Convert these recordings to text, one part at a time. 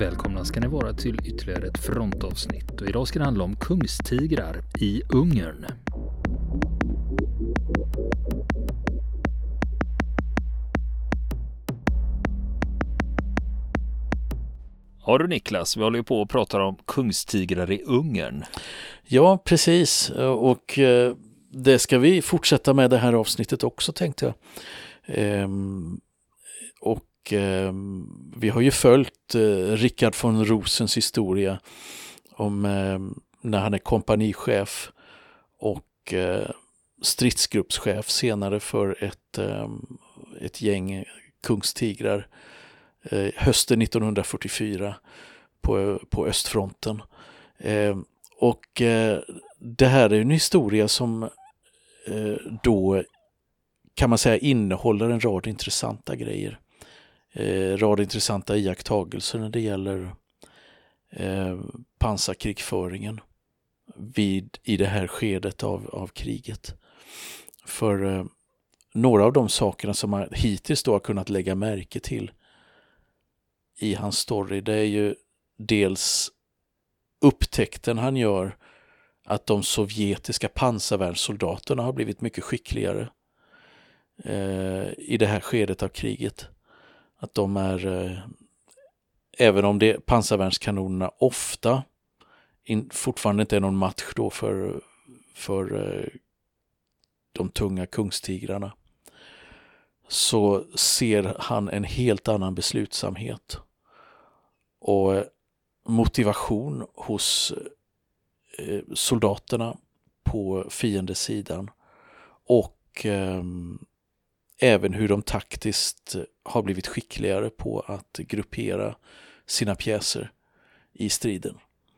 Välkomna ska ni vara till ytterligare ett frontavsnitt och idag ska det handla om kungstigrar i Ungern. Ja du Niklas, vi håller ju på och pratar om kungstigrar i Ungern. Ja, precis. Och det ska vi fortsätta med det här avsnittet också, tänkte jag. Vi har ju följt Richard von Rosens historia om när han är kompanichef och stridsgruppschef senare för ett gäng kungstigrar hösten 1944 på östfronten. Det här är en historia som då kan man säga innehåller en rad intressanta grejer. Rad intressanta iakttagelser när det gäller pansarkrigföringen i det här skedet av kriget. För några av de sakerna som man hittills då har kunnat lägga märke till i hans story, det är ju dels upptäckten han gör att de sovjetiska pansarvärnssoldaterna har blivit mycket skickligare i det här skedet av kriget. Att de är, även om pansarvärnskanonerna ofta fortfarande inte är någon match då för de tunga kungstigrarna, så ser han en helt annan beslutsamhet och motivation hos soldaterna på fiendesidan och även hur de taktiskt har blivit skickligare på att gruppera sina pjäser i striden.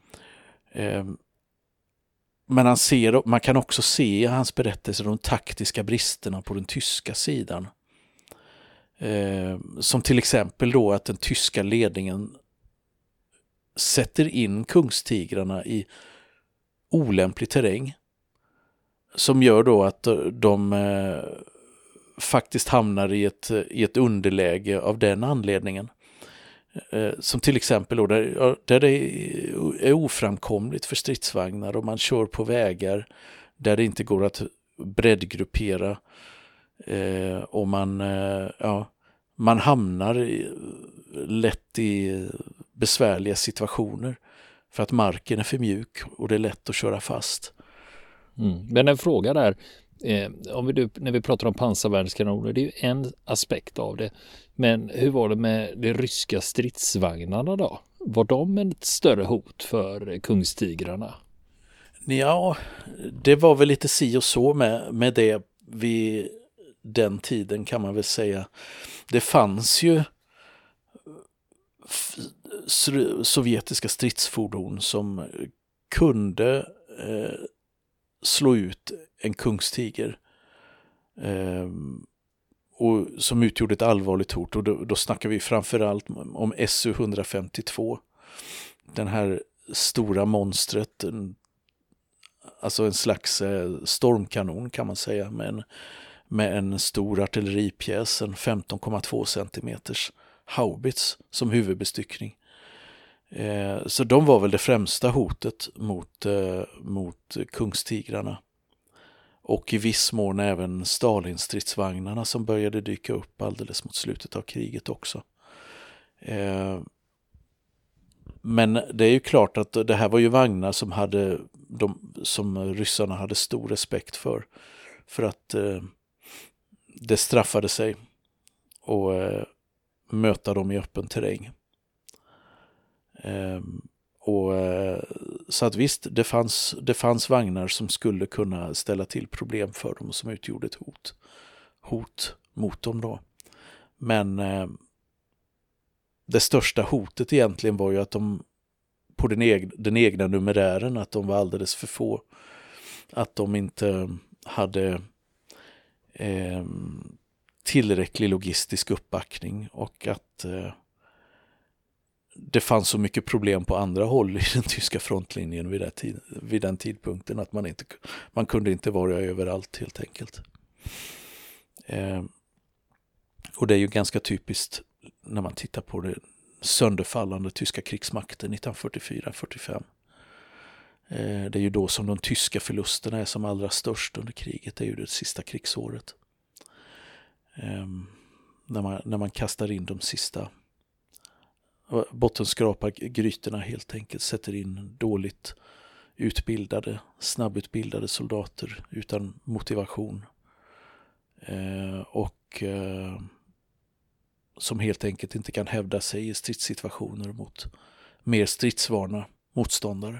Men man kan också se i hans berättelser de taktiska bristerna på den tyska sidan. Som till exempel då att den tyska ledningen sätter in kungstigrarna i olämplig terräng som gör då att de faktiskt hamnar i ett underläge av den anledningen. Som till exempel då där det är oframkomligt för stridsvagnar och man kör på vägar där det inte går att breddgruppera och man hamnar lätt i besvärliga situationer för att marken är för mjuk och det är lätt att köra fast. Men en fråga där, när vi pratar om pansarvärnskanoner, det är ju en aspekt av det. Men hur var det med de ryska stridsvagnarna då? Var de ett större hot för kungstigrarna? Ja, det var väl lite si och så med det vid den tiden, kan man väl säga. Det fanns ju sovjetiska stridsfordon som kunde slå ut en kungstiger och som utgjorde ett allvarligt hot, och då snackar vi framförallt om Su-152, den här stora monstret, alltså en slags stormkanon kan man säga, med en stor artilleripjäs, en 15,2 centimeters haubits som huvudbestyckning. Så de var väl det främsta hotet mot kungstigrarna. Och i viss mån även Stalin-stridsvagnarna som började dyka upp alldeles mot slutet av kriget också. Men det är ju klart att det här var ju vagnar som ryssarna hade stor respekt för att det straffade sig att möta dem i öppen terräng. Så att visst, det fanns vagnar som skulle kunna ställa till problem för dem och som utgjorde ett hot mot dem då. Men det största hotet egentligen var ju att de på den egna numerären, att de var alldeles för få, att de inte hade tillräcklig logistisk uppbackning och att det fanns så mycket problem på andra håll i den tyska frontlinjen vid den tidpunkten att man kunde inte vara överallt helt enkelt. Och det är ju ganska typiskt när man tittar på det sönderfallande tyska krigsmakten 1944-45. Det är ju då som de tyska förlusterna är som allra störst under kriget. Det är ju det sista krigsåret. När man kastar in de sista, bottenskrapar grytorna helt enkelt, sätter in dåligt utbildade, snabbutbildade soldater utan motivation och som helt enkelt inte kan hävda sig i stridssituationer mot mer stridsvana motståndare.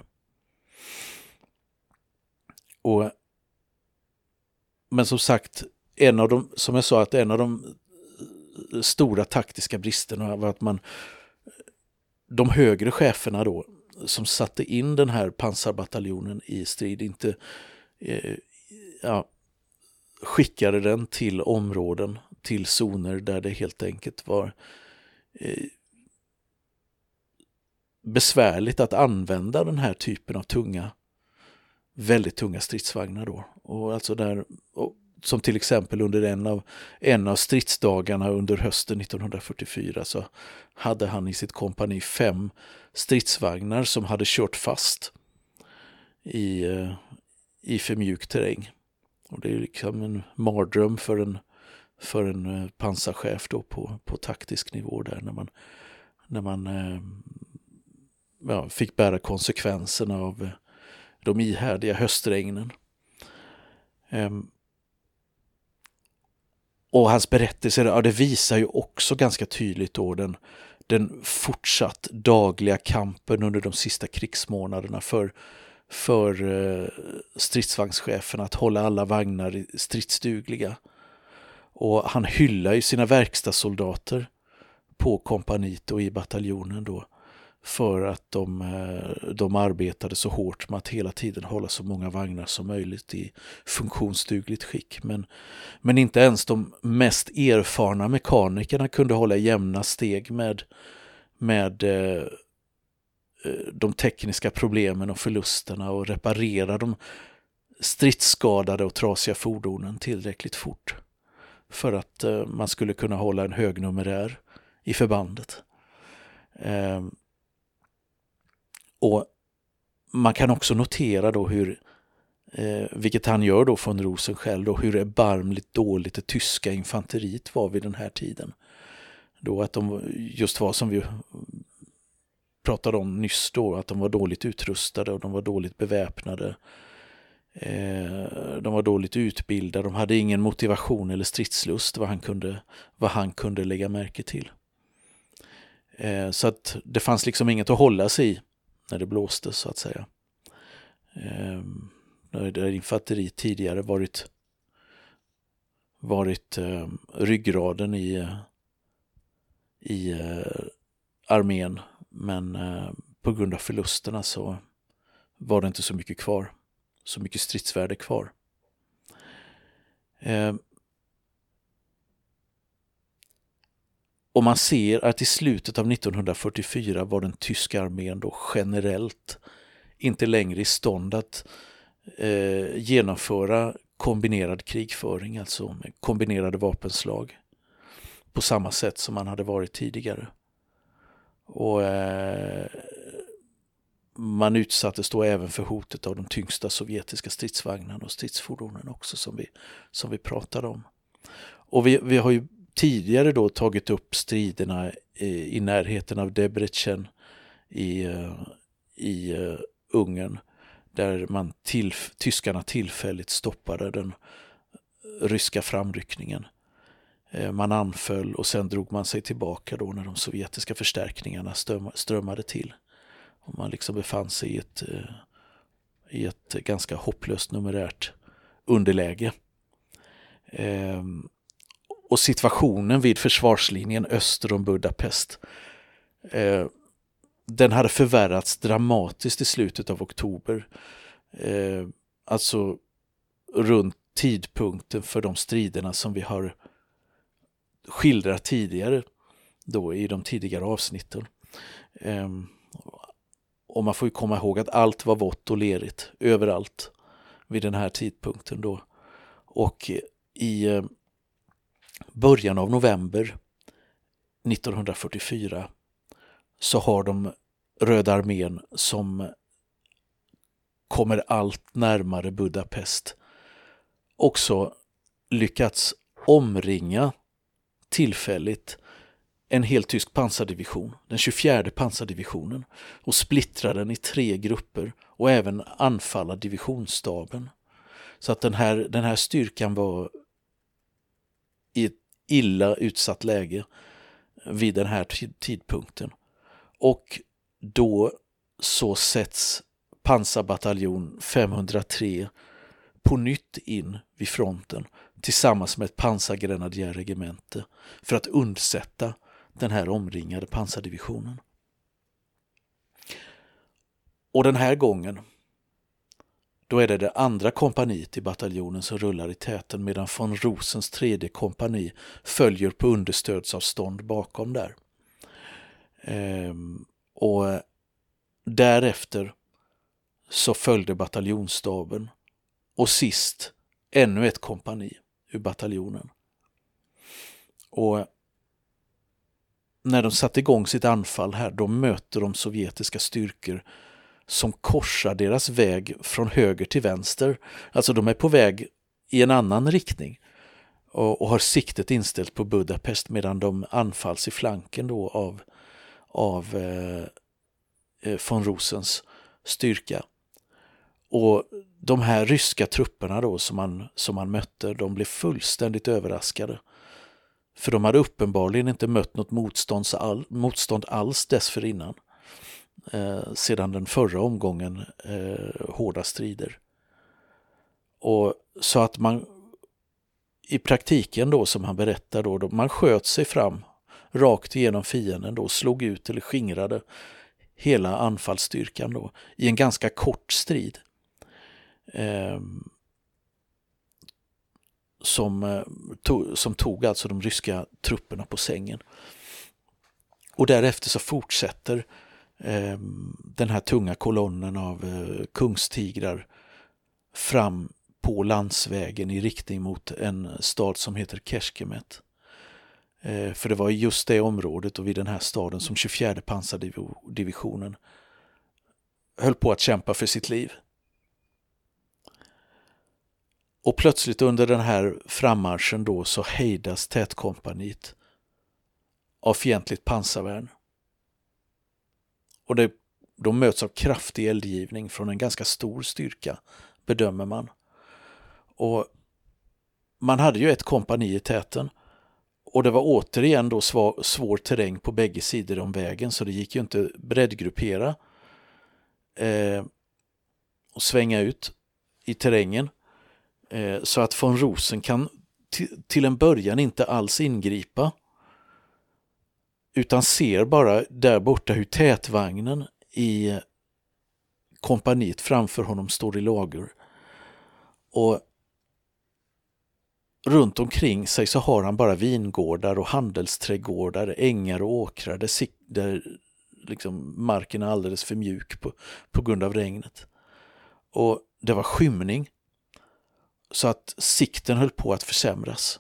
Men som sagt, en av de stora taktiska bristerna var att de högre cheferna då, som satte in den här pansarbataljonen i strid, inte skickade den till områden, till zoner där det helt enkelt var besvärligt att använda den här typen av väldigt tunga stridsvagnar då. Och alltså som till exempel under en av stridsdagarna under hösten 1944 så hade han i sitt kompani 5 stridsvagnar som hade kört fast i för mjuk terräng. Och det är liksom en mardröm för en pansarchef då på taktisk nivå där när man fick bära konsekvenserna av de ihärdiga höstregnen. Och hans berättelse, det visar ju också ganska tydligt då den fortsatt dagliga kampen under de sista krigsmånaderna för stridsvagnschefen att hålla alla vagnar stridsdugliga. Och han hyllar ju sina verkstadssoldater på kompaniet och i bataljonen då för att de arbetade så hårt med att hela tiden hålla så många vagnar som möjligt i funktionsdugligt skick. Men inte ens de mest erfarna mekanikerna kunde hålla jämna steg med de tekniska problemen och förlusterna och reparera de stridsskadade och trasiga fordonen tillräckligt fort för att man skulle kunna hålla en hög numerär i förbandet. Och man kan också notera då vilket han gör då von Rosen själv, då hur erbarmligt dåligt det tyska infanteriet var vid den här tiden. Då att de just var som vi pratade om nyss då, att de var dåligt utrustade och de var dåligt beväpnade. De var dåligt utbildade, de hade ingen motivation eller stridslust vad han kunde lägga märke till. Så att det fanns liksom inget att hålla sig i när det blåste så att säga. Där infanteriet tidigare varit ryggraden i armén, men på grund av förlusterna så var det inte så mycket kvar, så mycket stridsvärde kvar. Och man ser att i slutet av 1944 var den tyska armén då generellt inte längre i stånd att genomföra kombinerad krigföring, alltså med kombinerade vapenslag på samma sätt som man hade varit tidigare. Och man utsattes då även för hotet av de tyngsta sovjetiska stridsvagnarna och stridsfordonen också som vi pratade om. Och vi har ju tidigare då tagit upp striderna i närheten av Debrecen i Ungern, där tyskarna tillfälligt stoppade den ryska framryckningen. Man anföll och sen drog man sig tillbaka då när de sovjetiska förstärkningarna strömmade till. Och man liksom befann sig i ett ganska hopplöst numerärt underläge. Och situationen vid försvarslinjen öster om Budapest, den hade förvärrats dramatiskt i slutet av oktober. Alltså runt tidpunkten för de striderna som vi har skildrat tidigare då i de tidigare avsnitten. Och man får ju komma ihåg att allt var vått och lerigt överallt vid den här tidpunkten då. Och i början av november 1944 så har de Röda armén som kommer allt närmare Budapest också lyckats omringa tillfälligt en helt tysk pansardivision, den 24 pansardivisionen, och splittra den i 3 grupper och även anfalla divisionsstaben. Så att den här styrkan var i ett illa utsatt läge vid den här tidpunkten. Och då så sätts pansarbataljon 503 på nytt in vid fronten tillsammans med ett pansargrenadjärregemente för att undsätta den här omringade pansardivisionen. Och den här gången då är det andra kompaniet i bataljonen som rullar i täten, medan von Rosens 3:e kompani följer på understödsavstånd bakom där. Och därefter så följde bataljonsstaben och sist ännu ett kompani ur bataljonen. Och när de satte igång sitt anfall här, då möter de sovjetiska styrkor som korsar deras väg från höger till vänster. Alltså de är på väg i en annan riktning och har siktet inställt på Budapest, medan de anfalls i flanken då av von Rosens styrka. Och de här ryska trupperna då som man mötte, de blev fullständigt överraskade. För de hade uppenbarligen inte mött något motstånd alls dessförinnan. Sedan den förra omgången hårda strider. Och så att man i praktiken då, som han berättar då man sköt sig fram rakt igenom fienden då, slog ut eller skingrade hela anfallsstyrkan då i en ganska kort strid. Som tog alltså de ryska trupperna på sängen. Och därefter så fortsätter den här tunga kolonnen av kungstigrar fram på landsvägen i riktning mot en stad som heter Kecskemét. För det var just det området och vid den här staden som 24 pansardivisionen höll på att kämpa för sitt liv. Och plötsligt under den här frammarschen då så hejdas tätkompaniet av fientligt pansarvärn. Och de möts av kraftig eldgivning från en ganska stor styrka, bedömer man. Och man hade ju ett kompani i täten. Och det var återigen då svår terräng på bägge sidor om vägen, så det gick ju inte breddgruppera och svänga ut i terrängen. Så att von Rosen kan till en början inte alls ingripa, utan ser bara där borta hur tätvagnen i kompaniet framför honom står i lager. Och runt omkring sig så har han bara vingårdar och handelsträdgårdar, ängar och åkrar där liksom marken är alldeles för mjuk på grund av regnet. Och det var skymning, så att sikten höll på att försämras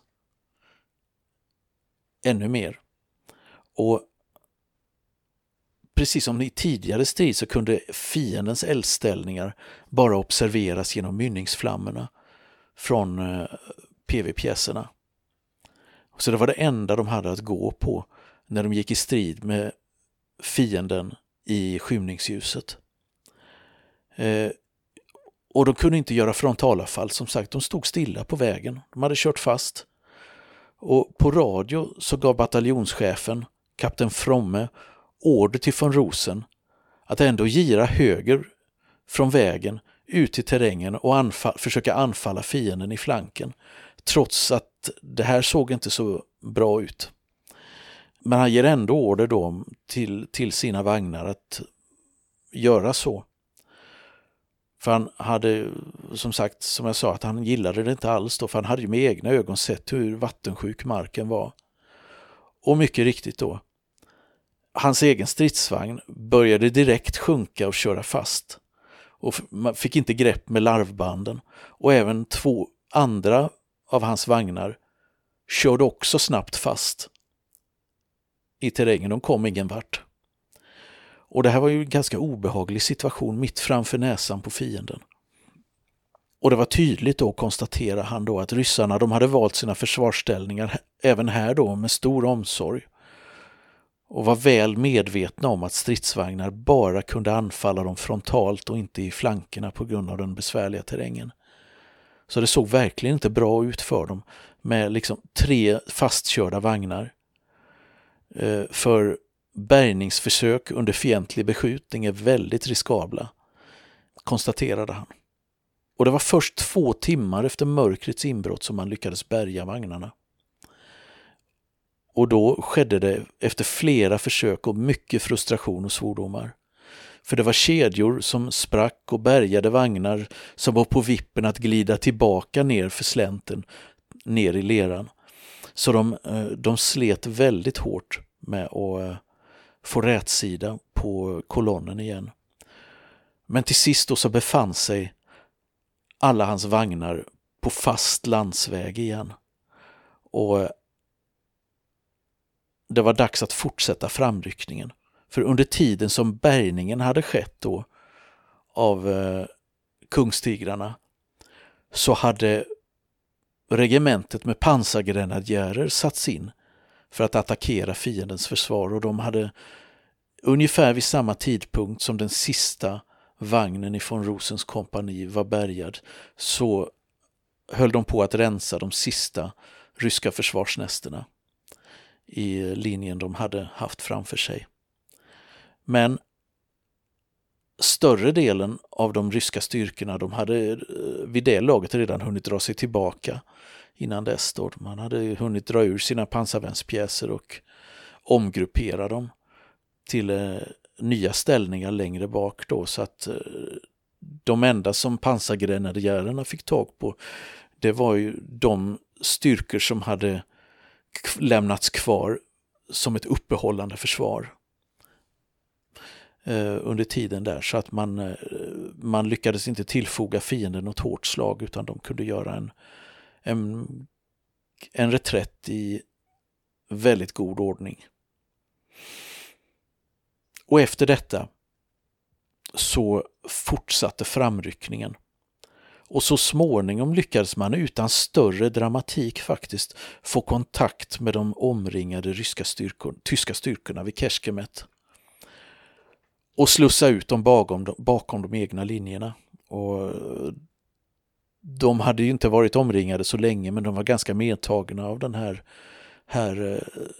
ännu mer. Och precis som i tidigare strid så kunde fiendens eldställningar bara observeras genom mynningsflammorna från PV-pjäserna. Så det var det enda de hade att gå på när de gick i strid med fienden i skymningsljuset. Och de kunde inte göra frontalavfall, som sagt, de stod stilla på vägen. De hade kört fast. Och på radio så gav bataljonschefen, kapten Fromme, order till von Rosen att ändå gira höger från vägen ut i terrängen och försöka anfalla fienden i flanken, trots att det här såg inte så bra ut. Men han ger ändå order då till sina vagnar att göra så. För han hade, som sagt, som jag sa, att han gillade det inte alls då, för han hade ju med egna ögon sett hur vattensjuk marken var. Och mycket riktigt då, hans egen stridsvagn började direkt sjunka och köra fast. Och man fick inte grepp med larvbanden. Och även 2 andra av hans vagnar körde också snabbt fast i terrängen. De kom ingen vart. Och det här var ju en ganska obehaglig situation mitt framför näsan på fienden. Och det var tydligt då, konstaterar han då, att ryssarna, de hade valt sina försvarsställningar även här då med stor omsorg. Och var väl medvetna om att stridsvagnar bara kunde anfalla dem frontalt och inte i flankerna på grund av den besvärliga terrängen. Så det såg verkligen inte bra ut för dem med liksom 3 fastkörda vagnar. För bärgningsförsök under fientlig beskjutning är väldigt riskabla, konstaterade han. Och det var först 2 timmar efter mörkrets inbrott som man lyckades bärga vagnarna. Och då skedde det efter flera försök och mycket frustration och svordomar. För det var kedjor som sprack och bärgade vagnar som var på vippen att glida tillbaka ner för slänten, ner i leran. Så de slet väldigt hårt med att få rätsida på kolonnen igen. Men till sist då så befann sig alla hans vagnar på fast landsväg igen. Och det var dags att fortsätta framryckningen. För under tiden som bärgningen hade skett då av kungstigrarna så hade regementet med pansargrenadjärer satts in för att attackera fiendens försvar, och de hade ungefär vid samma tidpunkt som den sista vagnen i von Rosens kompani var bärgad så höll de på att rensa de sista ryska försvarsnästerna i linjen de hade haft framför sig. Men större delen av de ryska styrkorna, de hade vid det laget redan hunnit dra sig tillbaka innan dess. Då. Man hade hunnit dra ur sina pansarvärnspjäser och omgruppera dem till nya ställningar längre bak då, så att de enda som pansargrenadjärerna fick tag på, det var ju de styrkor som hade lämnats kvar som ett uppehållande försvar under tiden där, så att man lyckades inte tillfoga fienden något hårt slag, utan de kunde göra en reträtt i väldigt god ordning. Och efter detta så fortsatte framryckningen. Och så småningom lyckades man utan större dramatik faktiskt få kontakt med de omringade tyska styrkorna vid Kecskemét och slussa ut dem bakom de egna linjerna. Och de hade ju inte varit omringade så länge, men de var ganska medtagna av den här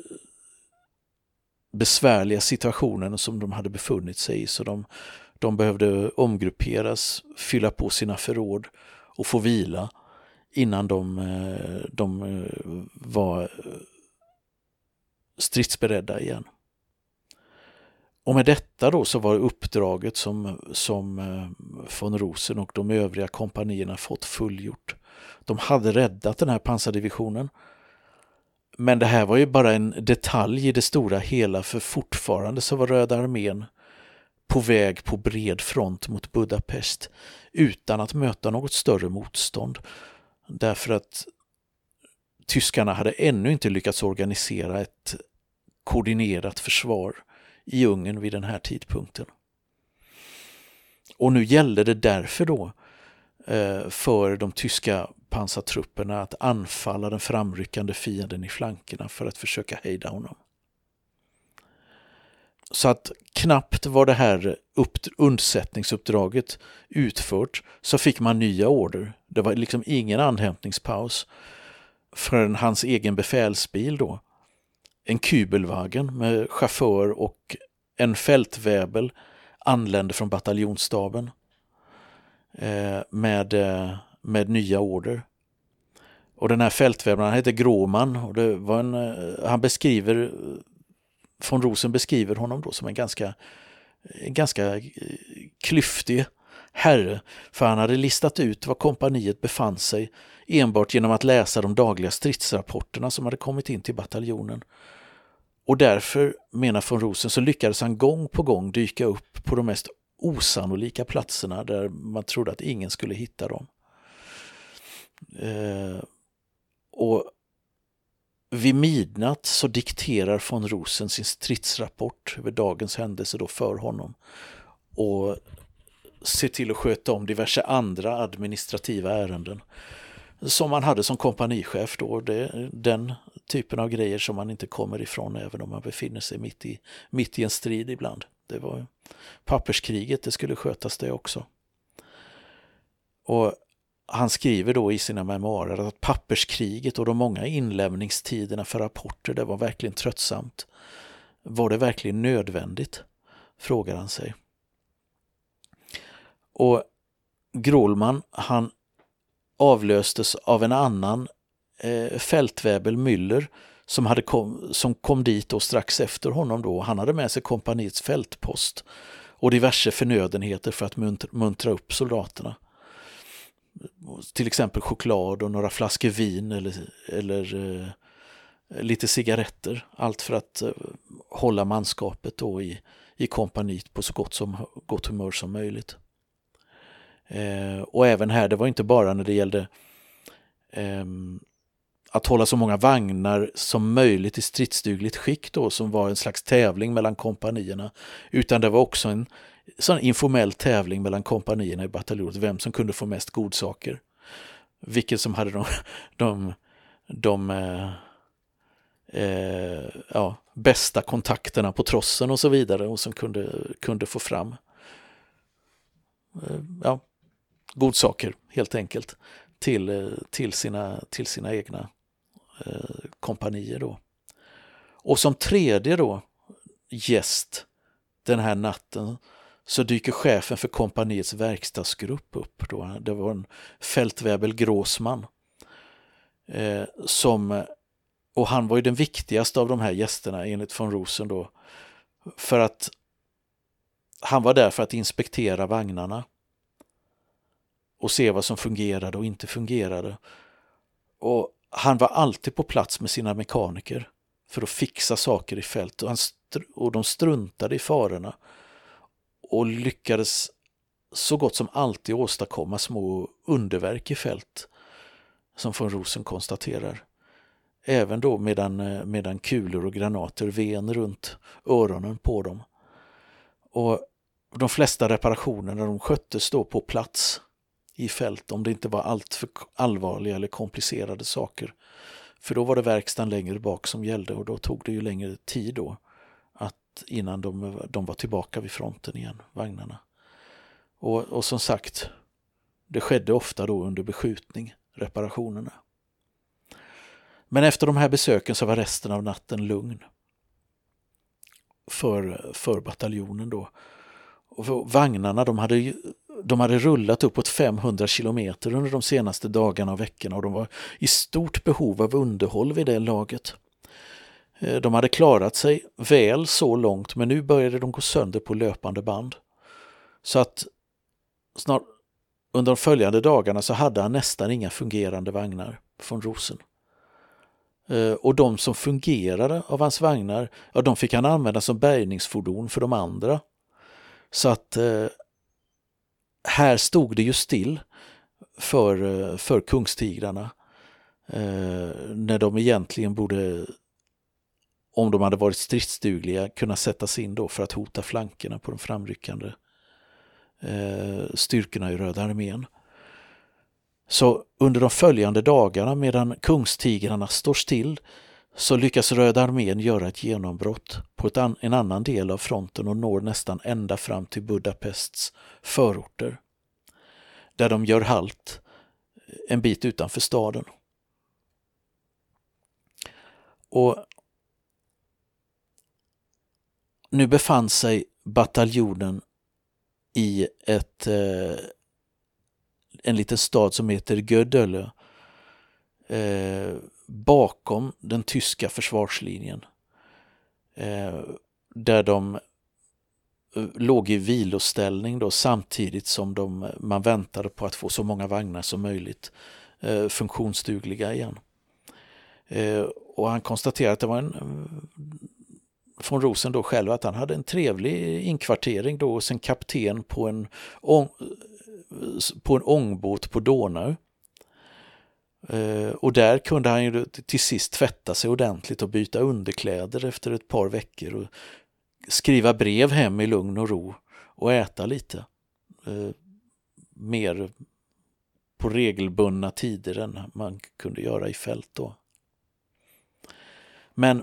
besvärliga situationen som de hade befunnit sig i, så de behövde omgrupperas, fylla på sina förråd och få vila innan de var stridsberedda igen. Och med detta då så var uppdraget som von Rosen och de övriga kompanierna fått fullgjort. De hade räddat den här pansardivisionen. Men det här var ju bara en detalj i det stora hela, för fortfarande så var Röda armén på väg på bred front mot Budapest utan att möta något större motstånd. Därför att tyskarna hade ännu inte lyckats organisera ett koordinerat försvar i Ungern vid den här tidpunkten. Och nu gällde det därför då för de tyska pansartrupperna att anfalla den framryckande fienden i flankerna för att försöka hejda honom. Så att knappt var det här undsättningsuppdraget utfört så fick man nya order. Det var liksom ingen anhämtningspaus förrän hans egen befälsbil då, en Kübelwagen med chaufför och en fältväbel, anlände från bataljonsstaben med nya order. Och den här fältväbeln heter Gråman, och det var von Rosen beskriver honom då som en ganska klyftig herre, för han hade listat ut var kompaniet befann sig enbart genom att läsa de dagliga stridsrapporterna som hade kommit in till bataljonen. Och därför, menar von Rosen, så lyckades han gång på gång dyka upp på de mest osannolika platserna där man trodde att ingen skulle hitta dem. Och vid midnatt så dikterar von Rosen sin stridsrapport över dagens händelse då för honom och ser till att sköta om diverse andra administrativa ärenden som man hade som kompanichef då. Den typen av grejer som man inte kommer ifrån även om man befinner sig mitt i en strid ibland. Det var papperskriget, det skulle skötas det också. Och han skriver då i sina memoarer att papperskriget och de många inlämningstiderna för rapporter, det var verkligen tröttsamt. Var det verkligen nödvändigt? Frågar han sig. Och Grohlman, han avlöstes av en annan fältväbel, Müller, som kom dit och strax efter honom då. Han hade med sig kompaniets fältpost och diverse förnödenheter för att muntra upp soldaterna. Till exempel choklad och några flaskor vin eller lite cigaretter. Allt för att hålla manskapet då i kompaniet på så gott humör som möjligt. Och även här, det var inte bara när det gällde att hålla så många vagnar som möjligt i stridsdugligt skick då, som var en slags tävling mellan kompanierna, utan det var också en sån informell tävling mellan kompanierna i bataljonen, vem som kunde få mest godsaker, vilken som hade de bästa kontakterna på trossen och så vidare och som kunde få fram godsaker helt enkelt till sina egna kompanier då. Och som tredje då gäst den här natten så dyker chefen för kompaniets verkstadsgrupp upp då. Det var en fältväbel Grossman och han var ju den viktigaste av de här gästerna enligt von Rosen då, för att han var där för att inspektera vagnarna och se vad som fungerade och inte fungerade. Och han var alltid på plats med sina mekaniker för att fixa saker i fält. Och de struntade i farorna och lyckades så gott som alltid åstadkomma små underverk i fält, som von Rosen konstaterar. Även då medan kulor och granater ven runt öronen på dem. Och de flesta reparationerna de sköttes då på plats i fält, om det inte var allt för allvarliga eller komplicerade saker. För då var det verkstaden längre bak som gällde och då tog det ju längre tid då innan de var tillbaka vid fronten igen, vagnarna. Och som sagt, det skedde ofta då under beskjutning, reparationerna. Men efter de här besöken så var resten av natten lugn för bataljonen då. Och vagnarna, de hade rullat uppåt 500 kilometer under de senaste dagarna och veckorna och de var i stort behov av underhåll vid det laget. De hade klarat sig väl så långt, men nu började de gå sönder på löpande band. Så att snart under de följande dagarna så hade han nästan inga fungerande vagnar från Rosen. Och de som fungerade av hans vagnar, de fick han använda som bärgningsfordon för de andra. Så att här stod det ju still för kungstigrarna när de egentligen borde, om de hade varit stridsdugliga, kunna sättas in då för att hota flankerna på de framryckande styrkorna i Röda armén. Så under de följande dagarna medan kungstigrarna står still så lyckas Röda armén göra ett genombrott på en annan del av fronten och når nästan ända fram till Budapests förorter, där de gör halt en bit utanför staden. Och nu befann sig bataljonen i en liten stad som heter Gödöllö, bakom den tyska försvarslinjen, där de låg i viloställning då, samtidigt som man väntade på att få så många vagnar som möjligt funktionsdugliga igen. Och han konstaterade att det var von Rosen då själv, att han hade en trevlig inkvartering då hos en kapten på en ångbåt på Donau. Och där kunde han ju till sist tvätta sig ordentligt och byta underkläder efter ett par veckor och skriva brev hem i lugn och ro och äta lite mer på regelbundna tider än man kunde göra i fält då. Men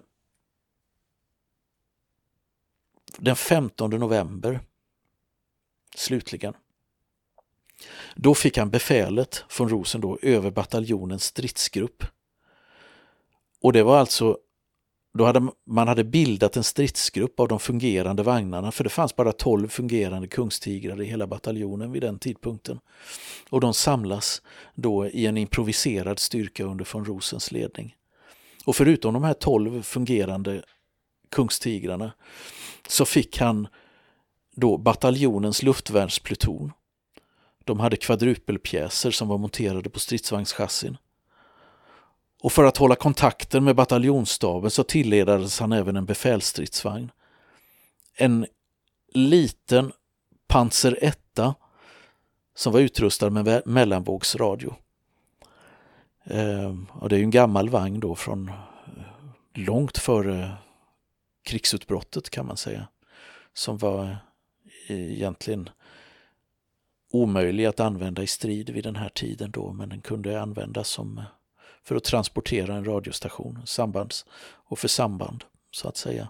den 15 november slutligen, då fick han befälet från Rosen då över bataljonens stridsgrupp. Och det var alltså, man hade bildat en stridsgrupp av de fungerande vagnarna, för det fanns bara 12 fungerande kungstigrar i hela bataljonen vid den tidpunkten. Och de samlas då i en improviserad styrka under von Rosens ledning. Och förutom de här 12 fungerande kungstigrarna så fick han då bataljonens luftvärnspluton. De hade kvadrupelpjäser som var monterade på stridsvagnschassin. Och för att hålla kontakten med bataljonsstaben så tilldelades han även en befälsstridsvagn. En liten Panzer 1 som var utrustad med mellanvågsradio. Och det är ju en gammal vagn då från långt före krigsutbrottet kan man säga. Som var egentligen omöjlig att använda i strid vid den här tiden då, men den kunde användas för att transportera en radiostation och för samband så att säga.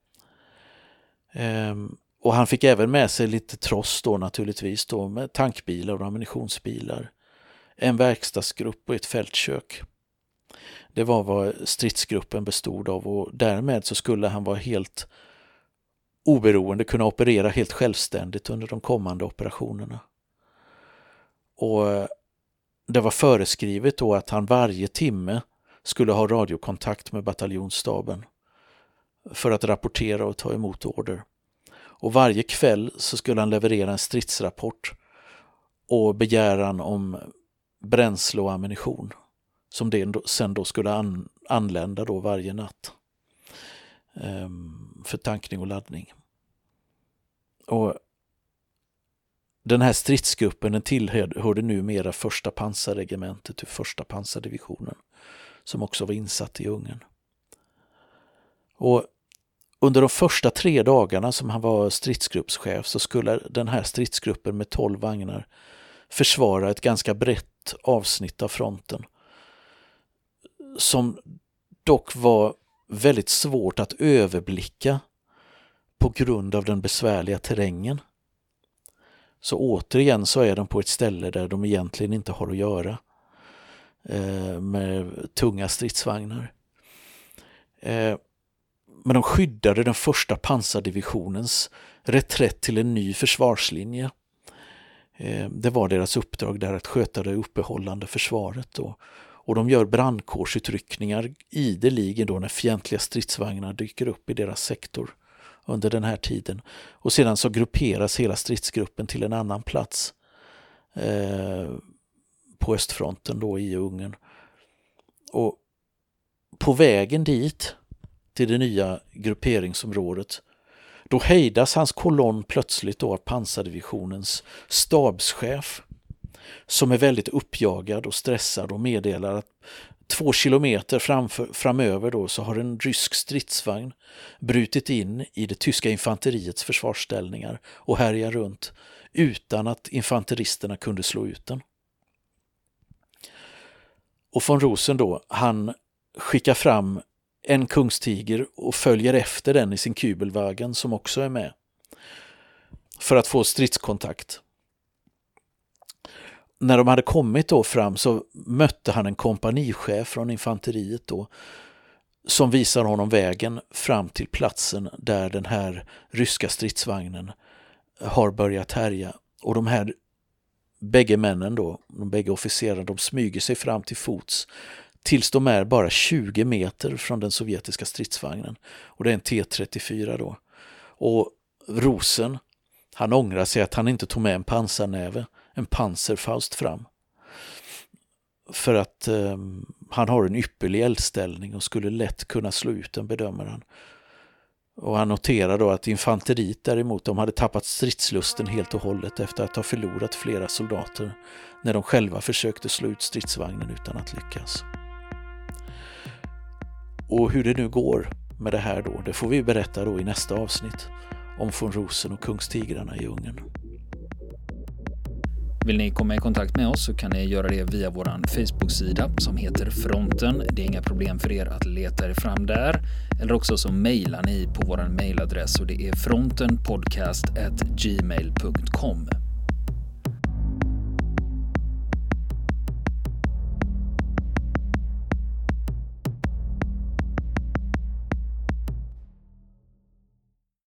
Och han fick även med sig lite tross då naturligtvis då, med tankbilar och ammunitionsbilar, en verkstadsgrupp och ett fältkök. Det var vad stridsgruppen bestod av, och därmed så skulle han vara helt oberoende, kunna operera helt självständigt under de kommande operationerna. Och det var föreskrivet då att han varje timme skulle ha radiokontakt med bataljonsstaben för att rapportera och ta emot order. Och varje kväll så skulle han leverera en stridsrapport och begäran om bränsle och ammunition som det sen då skulle anlända då varje natt för tankning och laddning. Och den här stridsgruppen den tillhörde numera första pansarregementet och första pansardivisionen som också var insatt i Ungern. Och under de första 3 dagarna som han var stridsgruppschef så skulle den här stridsgruppen med 12 vagnar försvara ett ganska brett avsnitt av fronten som dock var väldigt svårt att överblicka på grund av den besvärliga terrängen. Så återigen så är de på ett ställe där de egentligen inte har att göra med tunga stridsvagnar. Men de skyddade den första pansardivisionens reträtt till en ny försvarslinje. Det var deras uppdrag där att sköta det uppehållande försvaret då. Och de gör brandkårsutryckningar ideligen då när fientliga stridsvagnar dyker upp i deras sektor under den här tiden. Och sedan så grupperas hela stridsgruppen till en annan plats på östfronten då i Ungern. Och på vägen dit till det nya grupperingsområdet då hejdas hans kolonn plötsligt då av pansardivisionens stabschef som är väldigt uppjagad och stressad och meddelar att 2 kilometer framöver då så har en rysk stridsvagn brutit in i det tyska infanteriets försvarsställningar och härjar runt utan att infanteristerna kunde slå ut den. Och von Rosen då, han skickar fram en kungstiger och följer efter den i sin kubelvagen som också är med för att få stridskontakt. När de hade kommit då fram så mötte han en kompanichef från infanteriet då som visar honom vägen fram till platsen där den här ryska stridsvagnen har börjat härja. Och de här bägge männen då, de bägge officerarna, de smyger sig fram till fots tills de är bara 20 meter från den sovjetiska stridsvagnen. Och det är en T-34 då. Och Rosen, han ångrar sig att han inte tog med en pansarnäve, en Panzerfaust fram. För att han har en ypperlig eldställning och skulle lätt kunna slå ut den, bedömer han. Och han noterar då att infanteriet däremot, de hade tappat stridslusten helt och hållet efter att ha förlorat flera soldater när de själva försökte slå ut stridsvagnen utan att lyckas. Och hur det nu går med det här då, det får vi berätta då i nästa avsnitt om von Rosen och kungstigrarna i Ungern. Vill ni komma i kontakt med oss så kan ni göra det via vår Facebook-sida som heter Fronten. Det är inga problem för er att leta er fram där. Eller också så mejlar ni på vår mejladress och det är frontenpodcast@gmail.com.